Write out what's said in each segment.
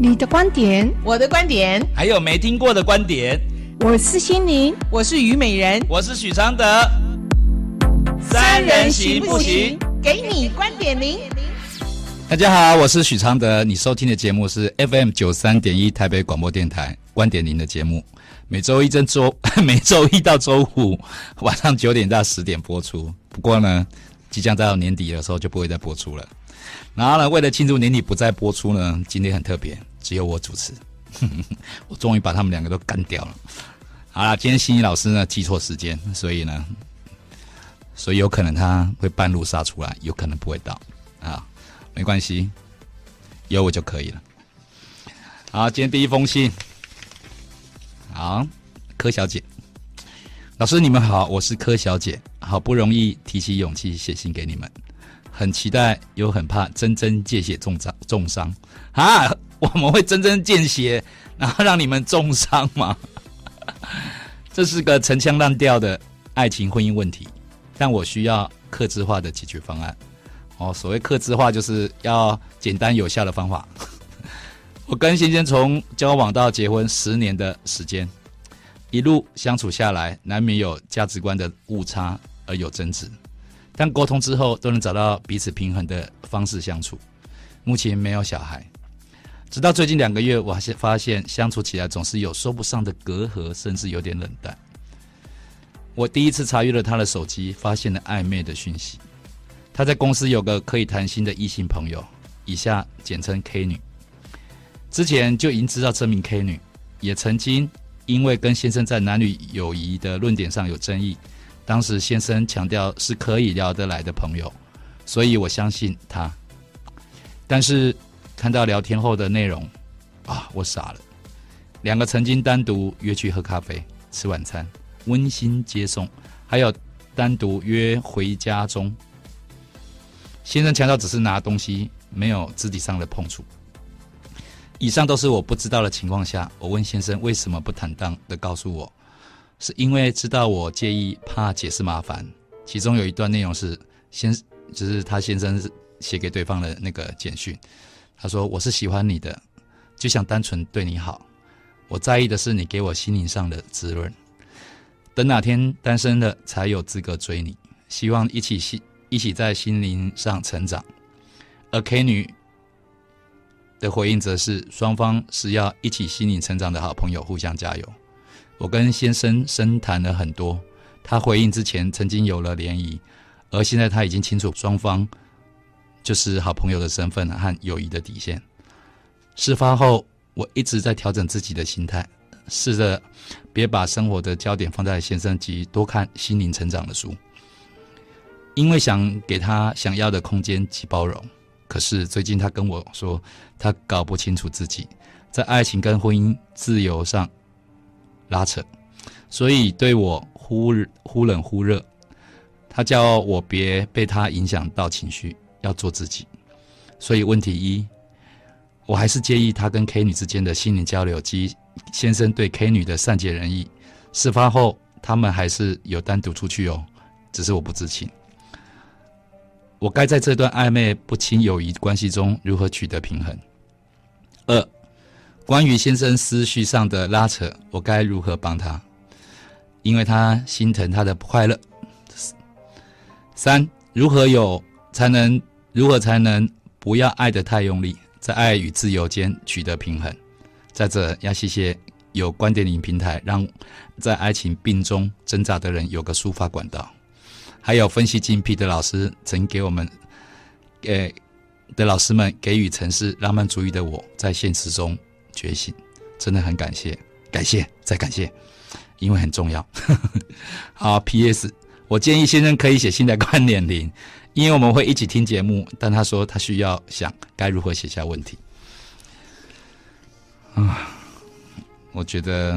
你的观点， 我的观点， 还有没听过的观点。 我是心灵， 我是虞美人， 我是许常德。三人行不行？ 给你观点零。 大家好，我是许常德，你收听的节目是 FM93.1 台北广播电台观点零的节目，每周一到周五晚上9点到10点播出。不过呢，即将到年底的时候就不会再播出了。然后呢，为了庆祝年底不再播出呢，今天很特别，只有我主持。我终于把他们两个都干掉了。好啦，今天心怡老师呢记错时间，所以有可能他会半路杀出来，有可能不会到啊，没关系，有我就可以了。好，今天第一封信，好，柯小姐，老师你们好，我是柯小姐，好不容易提起勇气写信给你们，很期待又很怕针针见血重伤啊！我们会针针见血，然后让你们重伤吗？这是个陈腔滥调的爱情婚姻问题，但我需要客制化的解决方案。所谓客制化，就是要简单有效的方法。我跟先生从交往到结婚10年的时间，一路相处下来，难免有价值观的误差而有争执，但沟通之后都能找到彼此平衡的方式相处。目前没有小孩，直到最近2个月，我还是发现相处起来总是有说不上的隔阂，甚至有点冷淡。我第一次查阅了他的手机，发现了暧昧的讯息。他在公司有个可以谈心的异性朋友，以下简称 K 女。之前就已经知道这名 K 女，也曾经因为跟先生在男女友谊的论点上有争议，当时先生强调是可以聊得来的朋友，所以我相信他。但是看到聊天后的内容我傻了。2个曾经单独约去喝咖啡、吃晚餐、温馨接送，还有单独约回家中。先生强调只是拿东西，没有肢体上的碰触。以上都是我不知道的情况下，我问先生为什么不坦荡地告诉我，是因为知道我介意，怕解释麻烦。其中有一段内容是就是他先生写给对方的那个简讯，他说：“我是喜欢你的，就想单纯对你好。我在意的是你给我心灵上的滋润。等哪天单身了，才有资格追你。希望一起在心灵上成长。”而 K 女的回应则是双方是要一起心灵成长的好朋友，互相加油。我跟先生深谈了很多，他回应之前曾经有了涟漪，而现在他已经清楚双方就是好朋友的身份和友谊的底线。事发后，我一直在调整自己的心态，试着别把生活的焦点放在先生及多看心灵成长的书，因为想给他想要的空间及包容。可是最近他跟我说，他搞不清楚自己在爱情跟婚姻自由上拉扯，所以对我忽冷忽热。他叫我别被他影响到情绪，要做自己。所以问题1，我还是介意他跟 K 女之间的心灵交流及先生对 K 女的善解人意。事发后他们还是有单独出去只是我不知情。我该在这段暧昧不清友谊关系中如何取得平衡？2，关于先生思绪上的拉扯，我该如何帮他？因为他心疼他的不快乐。3，如何才能不要爱得太用力，在爱与自由间取得平衡？再者，要谢谢有观点零平台，让在爱情病中挣扎的人有个抒发管道。还有分析精辟的老师曾给我们的老师们给予城市浪漫主义的我在现实中觉醒，真的很感谢再感谢，因为很重要。好 PS， 我建议先生可以写信来观点零，因为我们会一起听节目，但他说他需要想该如何写下问题。我觉得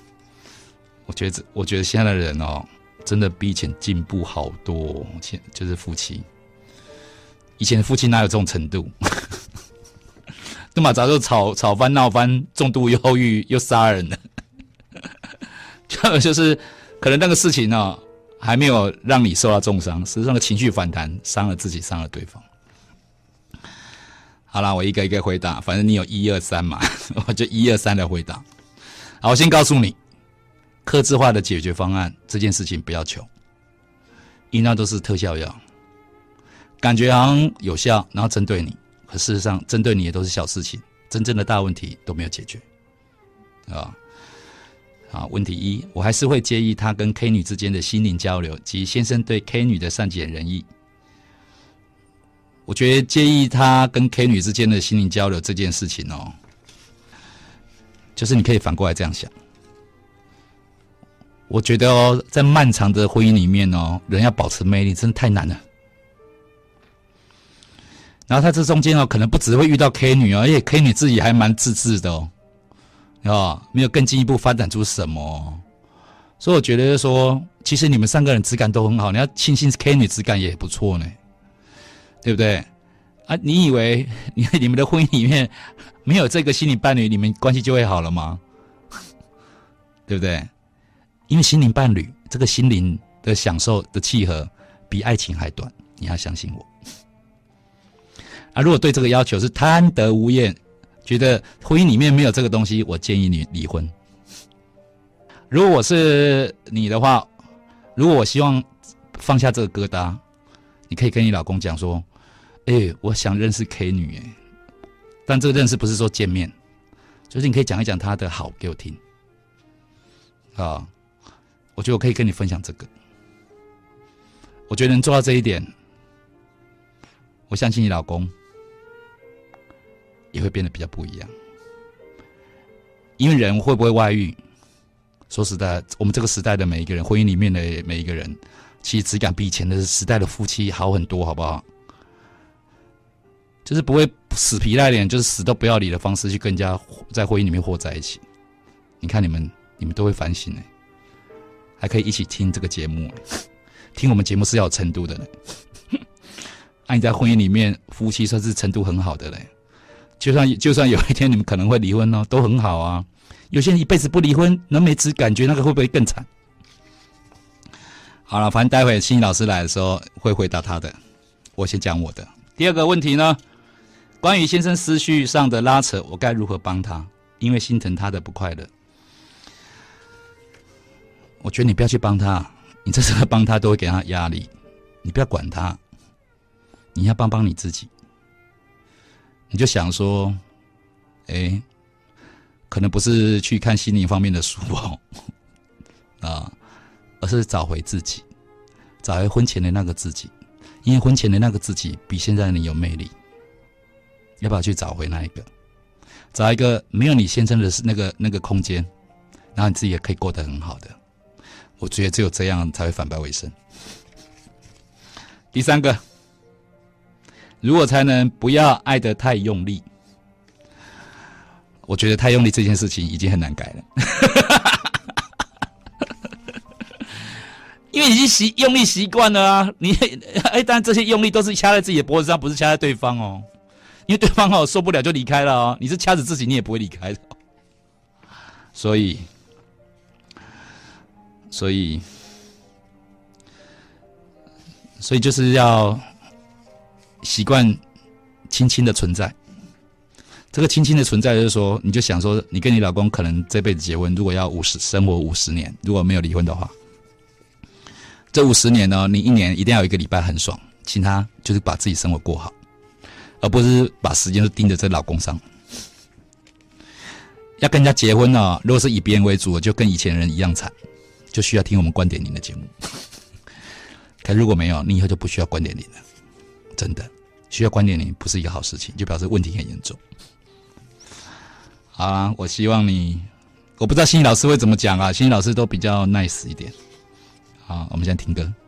现在的人真的比以前进步好多就是夫妻，以前的夫妻哪有这种程度？对嘛，早就吵翻闹翻，重度忧郁又杀人了。就是可能那个事情还没有让你受到重伤，实际上的情绪反弹伤了自己，伤了对方。 好啦，我一个一个回答，反正你有1、2、3嘛，我就1、2、3的回答。好，我先告诉你，客制化的解决方案这件事情不要求，因为那都是特效药，感觉好像有效，然后针对你，可事实上针对你也都是小事情，真正的大问题都没有解决。好，问题1，我还是会介意他跟 K 女之间的心灵交流及先生对 K 女的善解人意。我觉得介意他跟 K 女之间的心灵交流这件事情哦，就是你可以反过来这样想。我觉得哦，在漫长的婚姻里面哦，人要保持魅力真的太难了。然后他这中间哦，可能不只会遇到 K 女哦，而且 K 女自己还蛮自制的哦，没有更进一步发展出什么哦。所以我觉得说，其实你们3个人质感都很好，你要庆幸 K 女质感也不错呢。对不对啊？你以为你们的婚姻里面没有这个心灵伴侣，你们关系就会好了吗？对不对？因为心灵伴侣这个心灵的享受的契合比爱情还短，你要相信我。啊，如果对这个要求是贪得无厌，觉得婚姻里面没有这个东西，我建议你离婚。如果我是你的话，如果我希望放下这个疙瘩，你可以跟你老公讲说，我想认识 K 女但这个认识不是说见面，就是你可以讲一讲她的好给我听啊。我觉得我可以跟你分享这个，我觉得能做到这一点，我相信你老公也会变得比较不一样。因为人会不会外遇，说实在，我们这个时代的每一个人，婚姻里面的每一个人，其实质感比以前的时代的夫妻好很多，好不好？就是不会死皮赖脸，就是死都不要理的方式去跟人家在婚姻里面活在一起。你看你们都会反省还可以一起听这个节目听我们节目是要有程度的你在婚姻里面夫妻算是程度很好的就算有一天你们可能会离婚都很好啊。有些人一辈子不离婚，那没质感觉那个会不会更惨？好了，反正待会心理老师来的时候会回答他的，我先讲我的。第二个问题呢，关于先生思绪上的拉扯，我该如何帮他？因为心疼他的不快乐。我觉得你不要去帮他，你这时候帮他都会给他压力，你不要管他，你要帮你自己。你就想说，可能不是去看心灵方面的书而是找回自己，找回婚前的那个自己，因为婚前的那个自己比现在的你有魅力。要不要去找回那一个？找一个没有你先生的那个空间，然后你自己也可以过得很好的。我觉得只有这样才会反败为胜。第三个，如果才能不要爱得太用力，我觉得太用力这件事情已经很难改了。因为已经用力习惯了啊，但这些用力都是掐在自己的脖子上，不是掐在对方哦。因为对方受不了就离开了哦，你是掐着自己，你也不会离开的。所以就是要习惯轻轻的存在。这个轻轻的存在就是说，你就想说，你跟你老公可能这辈子结婚，如果要生活50年，如果没有离婚的话，这50年呢，你1年一定要有1个礼拜很爽，其他就是把自己生活过好，而不是把时间都盯着在老公上。要跟人家结婚如果是以别人为主，就跟以前人一样惨，就需要听我们观点零的节目。可如果没有，你以后就不需要观点零了，真的需要观点零不是一个好事情，就表示问题很严重。好啦，我希望我不知道心理老师会怎么讲啊，心理老师都比较 nice 一点。好，我们现在听歌。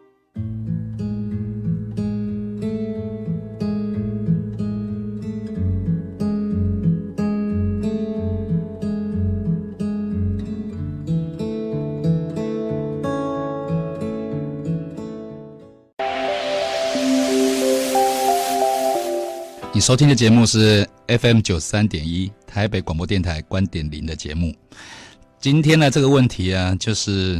你收听的节目是 FM 93.1台北广播电台观点零的节目。今天的这个问题啊，就是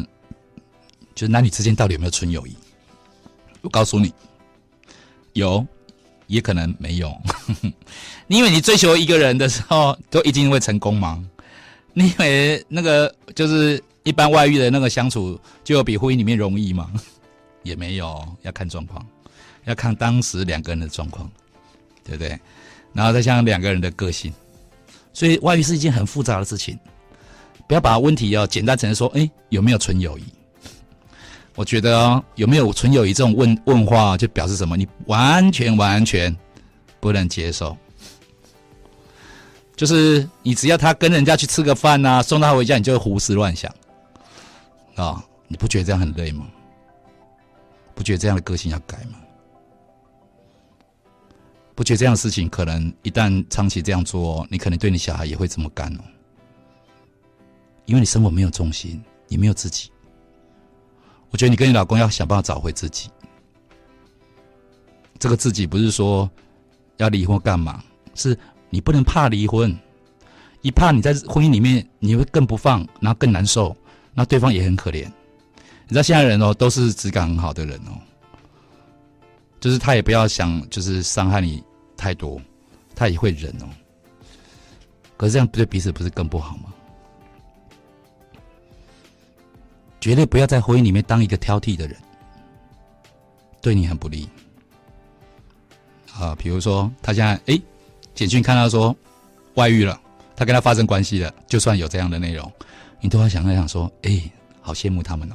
男女之间到底有没有纯友谊？我告诉你，有， 也可能没有。你以为你追求一个人的时候都一定会成功吗？你以为那个就是一般外遇的那个相处就有比婚姻里面容易吗？也没有，要看状况，要看当时两个人的状况，对不对？然后再像两个人的个性，所以外遇是一件很复杂的事情。不要把问题简单成说，有没有纯友谊？我觉得有没有纯友谊这种问话，就表示什么？你完全不能接受。就是你只要他跟人家去吃个饭啊，送他回家，你就会胡思乱想啊！你不觉得这样很累吗？不觉得这样的个性要改吗？不觉得这样的事情可能一旦长期这样做，你可能对你小孩也会这么干哦。因为你生活没有重心，你没有自己。我觉得你跟你老公要想办法找回自己。这个自己不是说要离婚干嘛，是你不能怕离婚。一怕你在婚姻里面你会更不放，然后更难受，那对方也很可怜。你知道现在人都是质感很好的人就是他也不要想就是伤害你太多，他也会忍可是这样对彼此不是更不好吗？绝对不要在婚姻里面当一个挑剔的人，对你很不利比如说他现在简讯看到说外遇了，他跟他发生关系了，就算有这样的内容，你都要想说好羡慕他们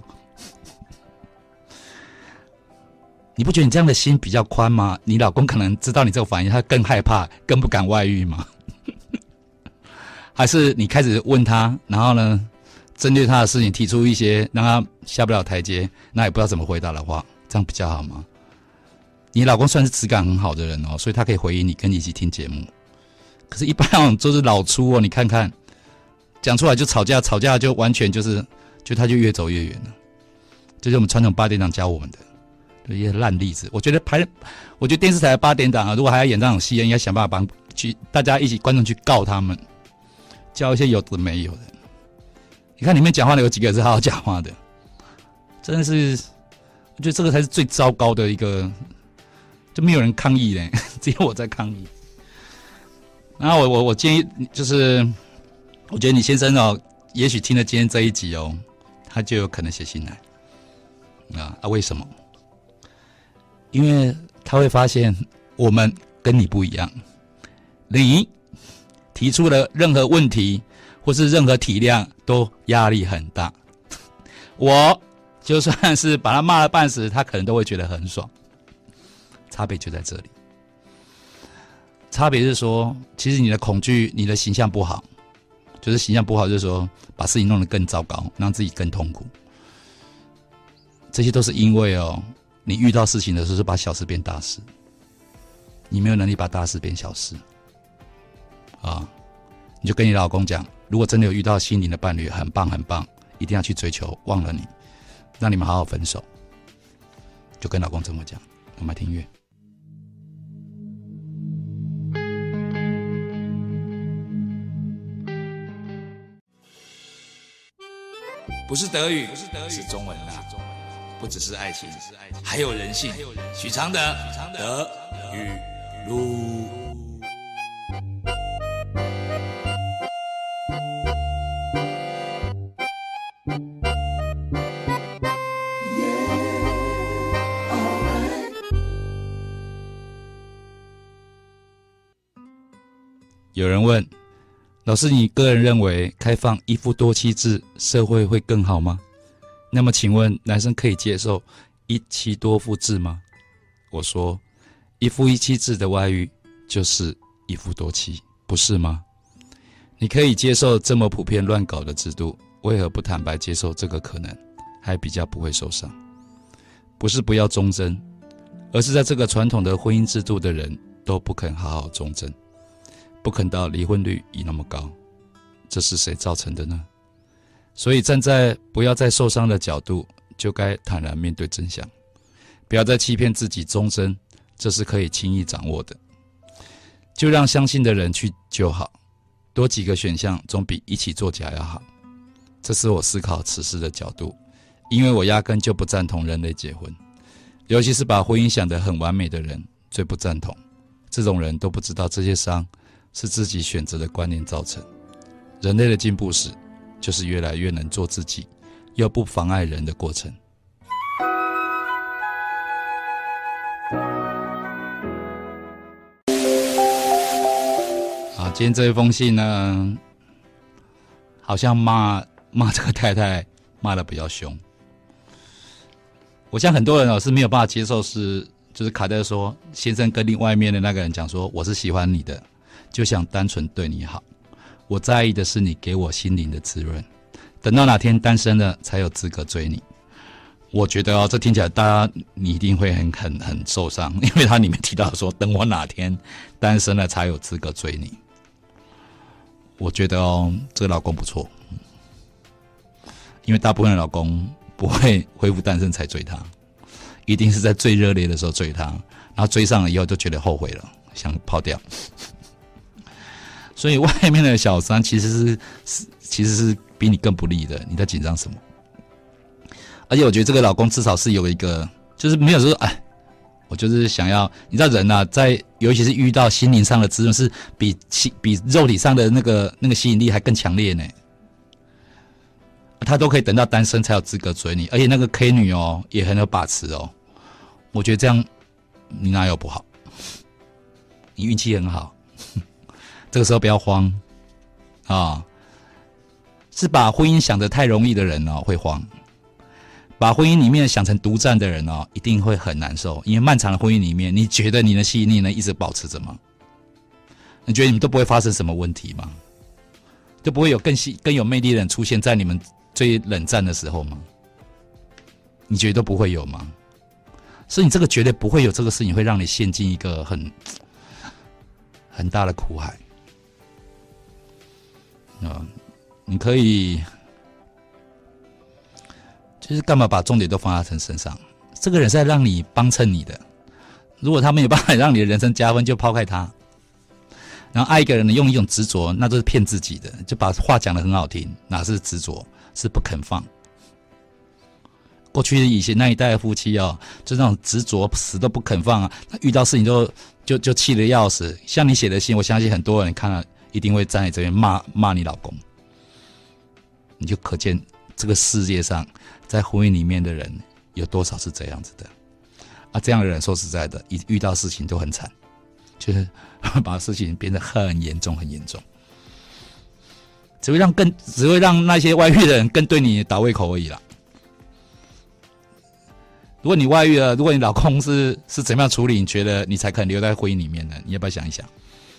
你不觉得你这样的心比较宽吗？你老公可能知道你这个反应，他更害怕，更不敢外遇吗？还是你开始问他，然后呢针对他的事情提出一些让他下不了台阶，那也不知道怎么回答的话，这样比较好吗？你老公算是质感很好的人所以他可以回应你，跟你一起听节目。可是一般那种都是老粗你看看讲出来就吵架就完全就他就越走越远了。这是我们传统八点档教我们的一些烂例子。我觉得电视台的八点档如果还要演这种戏，应该想办法大家一起观众去告他们，教一些有的没有的。你看里面讲话的有几个是好好讲话的，真的是，我觉得这个才是最糟糕的一个，就没有人抗议嘞，只有我在抗议。然后我建议就是，我觉得你先生也许听了今天这一集他就有可能写信来为什么？因为他会发现我们跟你不一样，你提出了任何问题或是任何体谅都压力很大，我就算是把他骂了半死，他可能都会觉得很爽。差别就在这里，差别是说，其实你的恐惧，你的形象不好，就是形象不好，就是说把事情弄得更糟糕，让自己更痛苦。这些都是因为你遇到事情的时候是把小事变大事，你没有能力把大事变小事你就跟你老公讲，如果真的有遇到心灵的伴侣，很棒很棒，一定要去追求，忘了你，让你们好好分手。就跟老公这么讲。我们来听音乐。不是德语，是中文啦。不只是爱情，还有人性。许常德，德语路。有人问老师，你个人认为开放一夫多妻制社会会更好吗？那么请问男生可以接受一妻多夫制吗？我说一夫一妻制的外遇就是一夫多妻，不是吗？你可以接受这么普遍乱搞的制度，为何不坦白接受这个可能，还比较不会受伤？不是不要忠贞，而是在这个传统的婚姻制度的人都不肯好好忠贞，不肯到离婚率已那么高，这是谁造成的呢？所以站在不要再受伤的角度，就该坦然面对真相，不要再欺骗自己忠贞，这是可以轻易掌握的。就让相信的人去就好，多几个选项总比一起作假要好。这是我思考此事的角度，因为我压根就不赞同人类结婚，尤其是把婚姻想得很完美的人最不赞同。 这种人都不知道这些伤是自己选择的观念造成。人类的进步史就是越来越能做自己又不妨碍人的过程。好，今天这一封信呢，好像骂这个太太骂得比较凶。我想很多人是没有办法接受，就是卡在说先生跟另外面的那个人讲说，我是喜欢你的，就想单纯对你好，我在意的是你给我心灵的滋润，等到哪天单身了才有资格追你。我觉得这听起来你一定会很受伤，因为他里面提到说等我哪天单身了才有资格追你。我觉得这个老公不错，因为大部分的老公不会恢复单身才追她，一定是在最热烈的时候追她，然后追上了以后就觉得后悔了，想抛掉。所以外面的小三其实是比你更不利的，你在紧张什么？而且我觉得这个老公至少是有一个，就是没有说我就是想要，你知道人啊，在尤其是遇到心灵上的滋润，是比肉体上的那个吸引力还更强烈呢。他都可以等到单身才有资格追你，而且那个 K 女也很有把持哦。我觉得这样你哪有不好？你运气很好，这个时候不要慌啊！是把婚姻想得太容易的人会慌。把婚姻里面想成独占的人一定会很难受，因为漫长的婚姻里面，你觉得你的吸引力能一直保持着吗？你觉得你们都不会发生什么问题吗？就不会有更有魅力的人出现在你们最冷战的时候吗？你觉得都不会有吗？所以你这个绝对不会有这个事情，会让你陷进一个很大的苦海。你可以。就是干嘛把重点都放在他身上？这个人是在让你帮衬你的，如果他没有办法让你的人生加分，就抛开他。然后爱一个人用一种执着，那都是骗自己的，就把话讲得很好听，哪是执着，是不肯放。过去以前那一代的夫妻就那种执着死都不肯放他遇到事情就气得要死。像你写的信，我相信很多人看了一定会站在这边骂你老公，你就可见这个世界上在婚姻里面的人有多少是这样子的这样的人说实在的，一遇到事情都很惨，就是把事情变得很严重很严重，只会让那些外遇的人更对你倒胃口而已啦。如果你外遇了，如果你老公是怎么样处理，你觉得你才可能留在婚姻里面呢？你要不要想一想？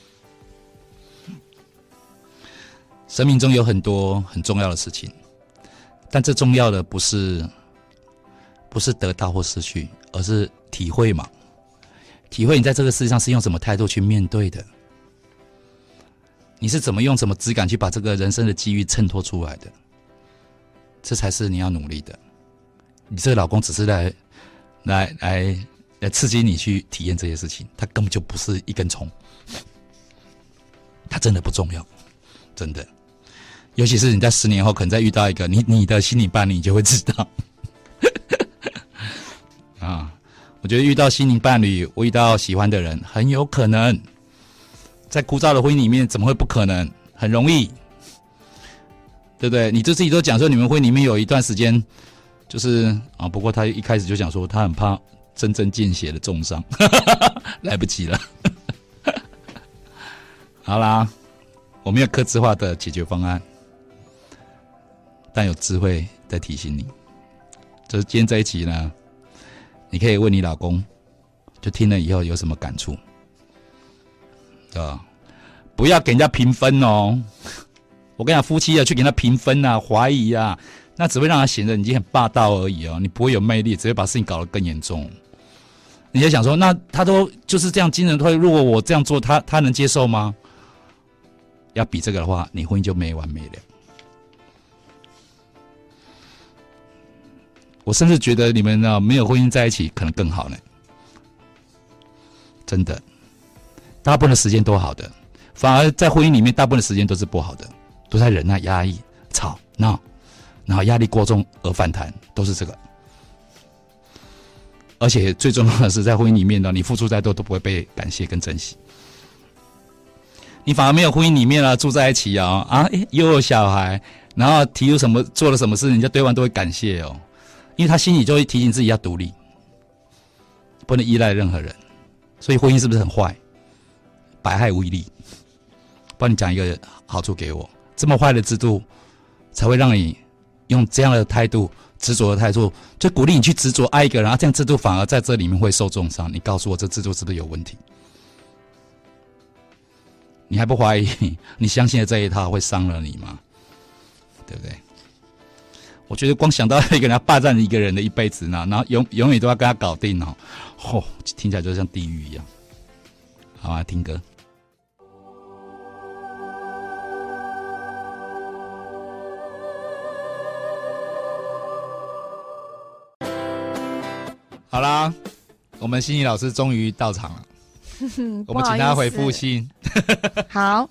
生命中有很多很重要的事情，但最重要的不是得到或失去，而是体会嘛。体会你在这个世界上是用什么态度去面对的，你是怎么用什么质感去把这个人生的机遇衬托出来的，这才是你要努力的。你这个老公只是来刺激你去体验这些事情，他根本就不是一根葱，他真的不重要，真的。尤其是你在10年后可能再遇到一个你的心理伴侣，你就会知道我觉得遇到心灵伴侣，我遇到喜欢的人，很有可能在枯燥的婚姻里面怎么会不可能？很容易，对不对？你就自己都讲说你们婚姻里面有一段时间就是不过他一开始就讲说他很怕真正见血的重伤来不及了好啦，我没有客制化的解决方案，但有智慧在提醒你。就是今天这一集呢，你可以问你老公，就听了以后有什么感触不要给人家评分哦。我跟你讲，夫妻去给他评分怀疑那只会让他显得你已经很霸道而已你不会有魅力，只会把事情搞得更严重。你在想说，那他都就是这样精神退，如果我这样做，他能接受吗？要比这个的话，你婚姻就没完没了。我甚至觉得你们没有婚姻在一起可能更好呢，真的。大部分的时间都好的，反而在婚姻里面大部分的时间都是不好的，都在忍耐、压抑、吵闹，然后压力过重而反弹，都是这个。而且最重要的是，在婚姻里面呢，你付出再多都不会被感谢跟珍惜。 你反而没有婚姻里面住在一起又有小孩，然后提出什么做了什么事，人家对方都会感谢因为他心里就会提醒自己要独立，不能依赖任何人。所以婚姻是不是很坏？百害无一利。帮你讲一个好处给我，这么坏的制度才会让你用这样的态度，执着的态度，就鼓励你去执着爱一个人，然后这样制度反而在这里面会受重伤。你告诉我，这制度是不是有问题？你还不怀疑？你相信的这一套会伤了你吗？对不对？我觉得光想到一个人要霸占一个人的一辈子呢，然后永远都要跟他搞定听起来就像地狱一样。好啊，听歌。好啦，我们心怡老师终于到场了，我们请他回复信。 好，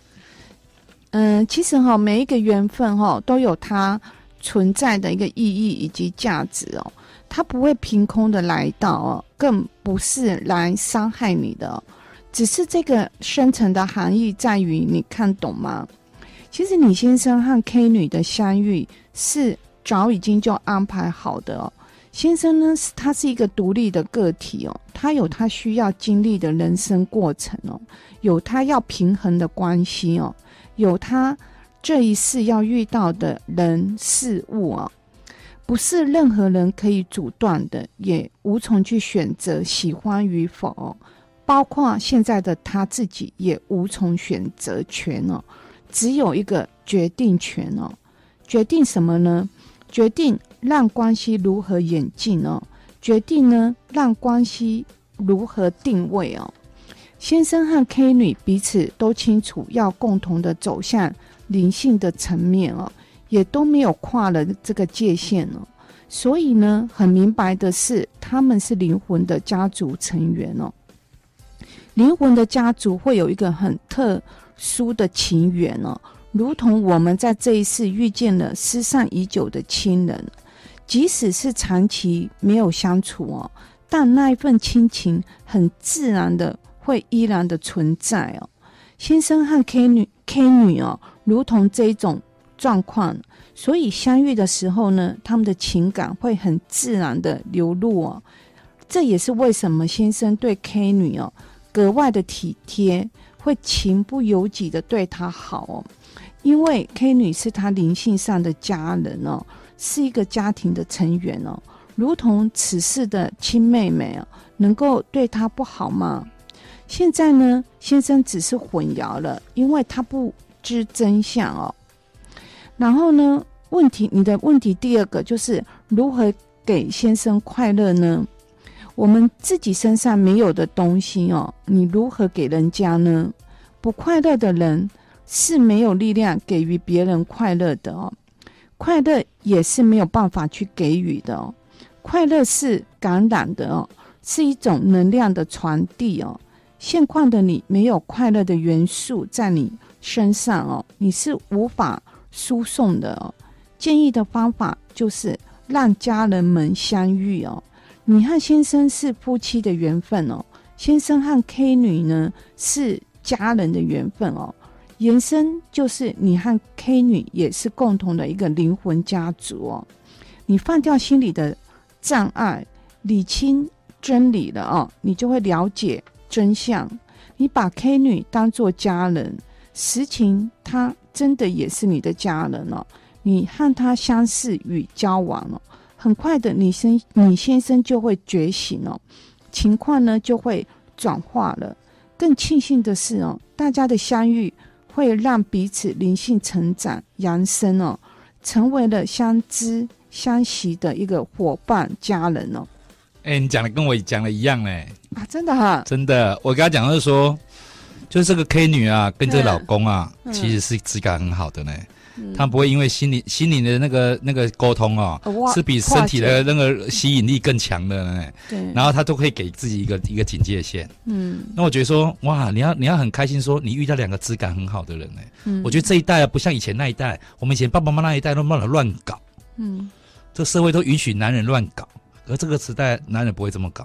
其实每一个缘分都有它存在的一个意义以及价值它不会凭空的来到更不是来伤害你的只是这个深层的含义在于你看懂吗？其实李先生和 K 女的相遇是早已经就安排好的先生呢，他是一个独立的个体他有他需要经历的人生过程有他要平衡的关系有他这一世要遇到的人事物不是任何人可以阻断的，也无从去选择喜欢与否包括现在的他自己也无从选择权只有一个决定权决定什么呢？决定让关系如何演进决定呢让关系如何定位先生和 K 女彼此都清楚要共同的走向灵性的层面也都没有跨了这个界限所以呢很明白的是他们是灵魂的家族成员灵魂的家族会有一个很特殊的情缘如同我们在这一世遇见了失散已久的亲人，即使是长期没有相处但那一份亲情很自然的会依然的存在先生和 K 女如同这种状况，所以相遇的时候呢，他们的情感会很自然的流露这也是为什么先生对 K 女格外的体贴，会情不由己的对她好因为 K 女是他灵性上的家人是一个家庭的成员如同此世的亲妹妹能够对他不好吗？现在呢，先生只是混淆了，因为他不知真相然后呢，你的问题第二个就是如何给先生快乐呢？我们自己身上没有的东西你如何给人家呢？不快乐的人是没有力量给予别人快乐的快乐也是没有办法去给予的快乐是感染的是一种能量的传递现况的你没有快乐的元素在你身上你是无法输送的建议的方法就是让家人们相遇你和先生是夫妻的缘分先生和 K 女呢是家人的缘分延伸就是你和 K 女也是共同的一个灵魂家族你放掉心里的障碍，理清真理了你就会了解真相。你把 K 女当作家人，实情她真的也是你的家人你和她相识与交往很快的你先生就会觉醒情况呢就会转化了。更庆幸的是大家的相遇会让彼此灵性成长扬升成为了相知相惜的一个伙伴家人你讲的跟我讲的一样真的真的，我跟他讲的是说，就是这个 K 女跟这个老公其实是质感很好的他不会因为心灵的那个沟通是比身体的那个吸引力更强的对， 然后他都可以给自己一个警戒线那我觉得说哇，你要很开心说你遇到两个质感很好的人我觉得这一代不像以前那一代，我们以前爸爸妈妈那一代都乱搞这社会都允许男人乱搞，而这个时代男人不会这么搞，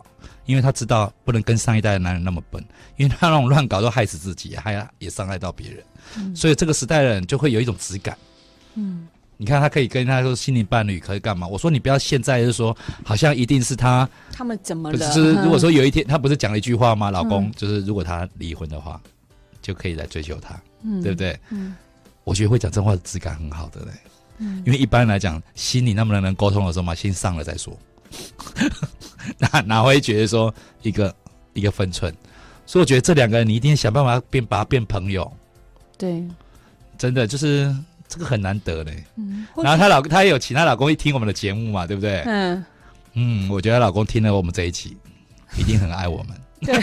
因为他知道不能跟上一代的男人那么笨，因为他那种乱搞都害死自己，还也伤害到别人，所以这个时代的人就会有一种质感。你看他可以跟他说心灵伴侣可以干嘛？我说你不要现在就是说好像一定是他们怎么了？ 就是如果说有一天他不是讲了一句话吗？老公就是如果他离婚的话，就可以来追求他，对不对？我觉得会讲这话的质感很好的嘞。因为一般人来讲，心里那么能沟通的时候嘛，先上了再说，哪会觉得说一个分寸？所以我觉得这两个人你一定想办法把他变朋友。 对， 真的就是这个很难得嘞。然后她也有请她老公一听我们的节目嘛，对不对？我觉得她老公听了我们这一期，一定很爱我们。 对。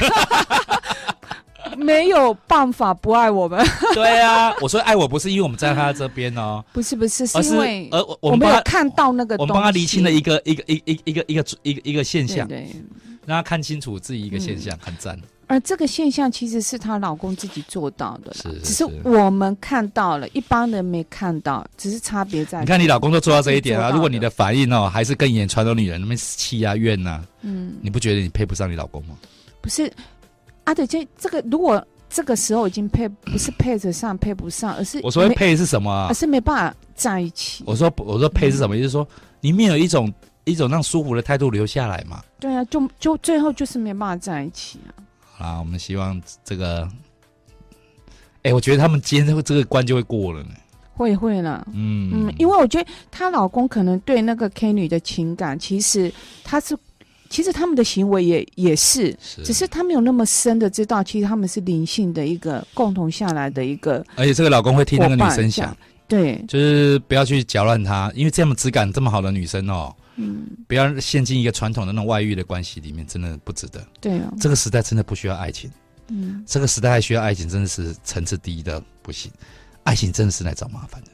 没有办法不爱我们。 对啊，我说爱我不是因为我们在他这边哦， 不是，是因为我们有看到那个东西， 我们帮他厘清了一个现象， 对， 让他看清楚自己一个现象，很赞。 而这个现象其实是她老公自己做到的， 是只是我们看到了，一般人没看到，只是差别在。 你看你老公都做到这一点啊，如果你的反应还是跟以前传统女人那边气啊怨啊，你不觉得你配不上你老公吗？ 不是。对，这个如果这个时候已经不是配得上配不上，而是我说配是什么啊？ 而是没办法在一起。 我说配是什么？就是说你没有一种让舒服的态度留下来嘛。 对啊，就最后就是没办法在一起啊。 好啦，我们希望这个，我觉得他们今天这个关就会过了呢。 会了，因为我觉得她老公可能对那个 K 女的情感，其实他们的行为也是，只是他没有那么深的知道，其实他们是灵性的一个共同下来的一个。而且这个老公会听那个女生想， 对， 就是不要去搅乱她，因为这么质感这么好的女生不要陷进一个传统的那种外遇的关系里面，真的不值得。 对啊，这个时代真的不需要爱情，这个时代还需要爱情，真的是层次低的不行，爱情真的是来找麻烦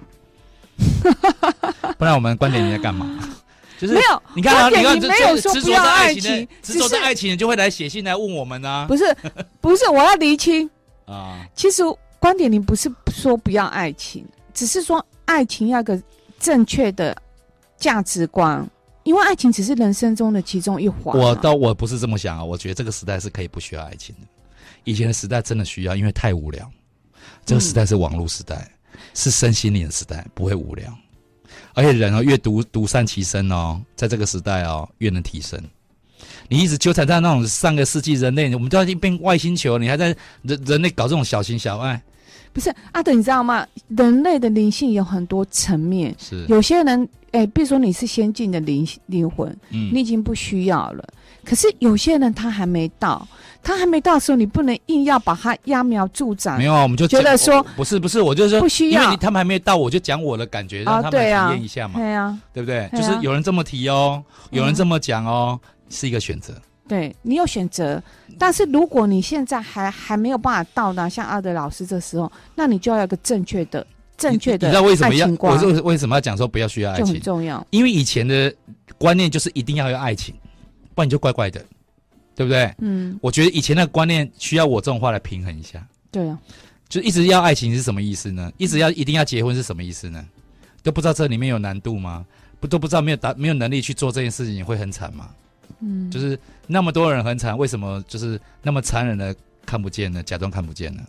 的。不然我们观点你在干嘛？就是没有， 你看， 你没有说不要爱情， 执着在爱情，就会来写信来问我们啊。 不是，我要厘清啊。其实观点你不是说不要爱情，只是说爱情要有个正确的价值观，因为爱情只是人生中的其中一环。 我不是这么想啊，我觉得这个时代是可以不需要爱情的。以前的时代真的需要，因为太无聊。这个时代是网络时代，是身心灵的时代，不会无聊。而且人越独善其身在这个时代越能提升。你一直纠缠在那种上个世纪人类，我们都要变外星球，你还在人类搞这种小情小爱。 不是阿德，你知道吗？人类的灵性有很多层面， 是有些人比如说你是先进的灵魂，你已经不需要了。可是有些人他还没到的时候，你不能硬要把他揠苗助长。 没有啊，我们就觉得说不是，我就是说不需要， 因为他们还没到，我就讲我的感觉，让他们体验一下嘛。 对啊， 对不对？就是有人这么提有人这么讲是一个选择。 对，你有选择，但是如果你现在还没有办法到达像阿德老师这时候，那你就要有个正确的你知道为什么我为什么要讲说不要需要爱情？ 就很重要， 因为以前的观念就是一定要有爱情，不然你就怪怪的，对不对？我觉得以前的观念需要我这种话来平衡一下。 对啊， 就一直要爱情是什么意思呢？一定要结婚是什么意思呢？都不知道这里面有难度吗？都不知道没有能力去做这件事情会很惨吗？就是那么多人很惨，为什么就是那么残忍的看不见呢？假装看不见呢？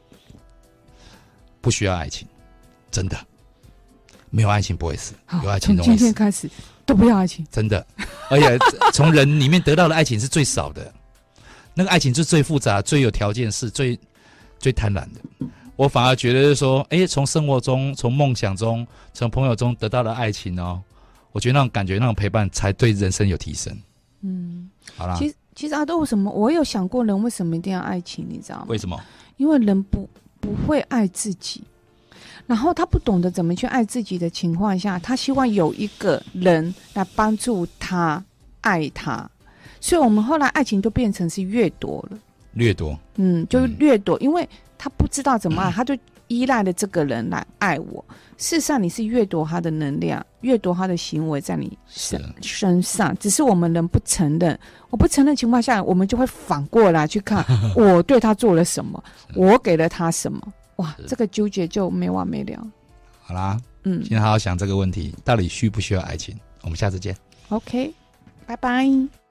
不需要爱情，真的没有爱情不会死，有爱情容易死。 从今天开始都不要爱情， 真的。而且从人里面得到的爱情是最少的，那个爱情是最复杂、最有条件、是最贪婪的。我反而觉得是说，从生活中、从梦想中、从朋友中得到的爱情我觉得那种感觉、那种陪伴，才对人生有提升。好啦。 其实阿豆，为什么我有想过人为什么一定要爱情？你知道吗？ 为什么？ 因为人不会爱自己，然后他不懂得怎么去爱自己的情况下，他希望有一个人来帮助他爱他，所以我们后来爱情都变成是掠夺了。 掠夺， 就掠夺，因为他不知道怎么爱，他就依赖了这个人来爱我。事实上，你是掠夺他的能量，掠夺他的行为在你身上，只是我们人不承认。我不承认情况下，我们就会反过来去看我对他做了什么，我给了他什么。哇，这个纠结就没完没了。 好啦，今天好好想这个问题，到底需不需要爱情？我们下次见。 OK，拜拜。